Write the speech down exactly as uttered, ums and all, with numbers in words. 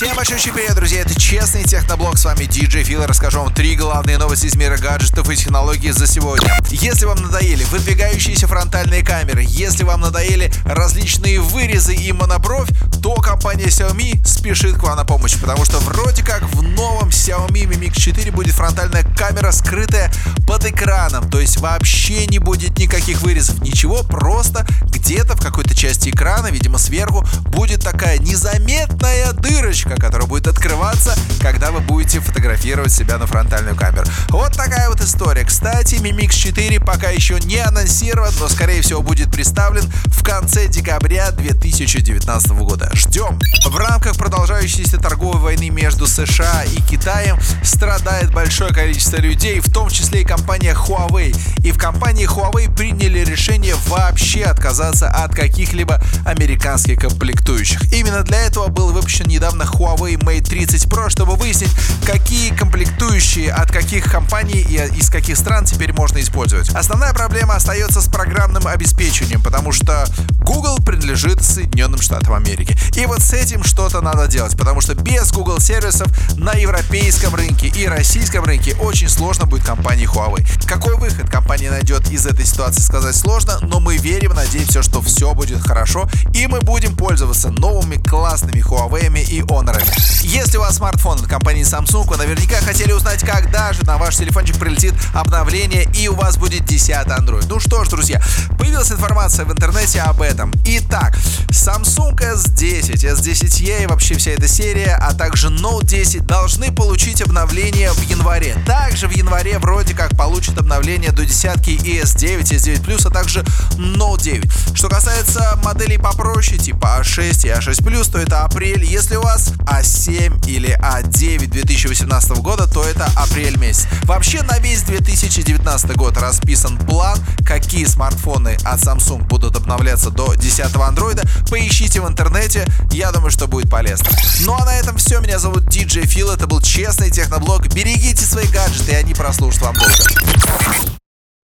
Всем большой привет, друзья, это Честный Техноблог, с вами диджей Фил. Расскажу вам три главные новости из мира гаджетов и технологий за сегодня. Если вам надоели выдвигающиеся фронтальные камеры, если вам надоели различные вырезы и монобровь, то компания Xiaomi спешит к вам на помощь, потому что вроде как в новом Xiaomi Mi Mix четыре будет фронтальная камера, скрытая под экраном, то есть вообще не будет никаких вырезов, ничего, просто где-то в какой-то части экрана, видимо сверху, будет такая незаметная дырочка, которая будет открываться, когда вы будете фотографировать себя на фронтальную камеру. Вот такая вот история. Кстати, Mi Mix четыре пока еще не анонсирован, но скорее всего будет представлен в конце декабря две тысячи девятнадцатого года. Ждем. В рамках продолжающейся торговой войны между США и Китаем страдает большое количество людей, в том числе и компания Huawei. И в компании Huawei приняли решение вообще отказаться от каких-либо американских комплектующих. Именно для этого был выпущен недавно Huawei Mate тридцать Pro, чтобы выяснить, какие комплектующие от каких компаний и из каких стран теперь можно использовать. Основная проблема остается с программным обеспечением, потому что Google принадлежит Соединенным Штатам Америки. И вот с этим что-то надо делать, потому что без Google сервисов на европейском рынке и российском рынке очень сложно будет компании Huawei. Какой выход компания найдет из этой ситуации, сказать сложно, но мы верим, надеемся, что все будет хорошо и мы будем пользоваться новыми классными Huawei и Honor. Если у вас смартфон от компании Samsung, вы наверняка хотели узнать, когда же на ваш телефончик прилетит обновление и у вас будет десятый Android. Ну что ж, друзья, появилась информация в интернете об этом. Итак, Samsung эс десять, эс десять и и вообще вся эта серия, а также Note десять должны получить обновление в январе. Также в январе вроде как получат обновление до десятки и эс девять, эс девять плюс, а также Note девять. Что касается моделей попроще, типа а шесть и а шесть плюс, то это апрель. Если у вас а семь или а девять две тысячи восемнадцатого года, то это апрель месяц. Вообще на весь две тысячи девятнадцатый год расписан план, какие смартфоны от Samsung будут обновляться до десятого андроида. Поищите в интернете, я думаю, что будет полезно. Ну а на этом все. Меня зовут диджей Фил, это был Честный Техноблог. Берегите свои гаджеты, и они прослужат вам долго.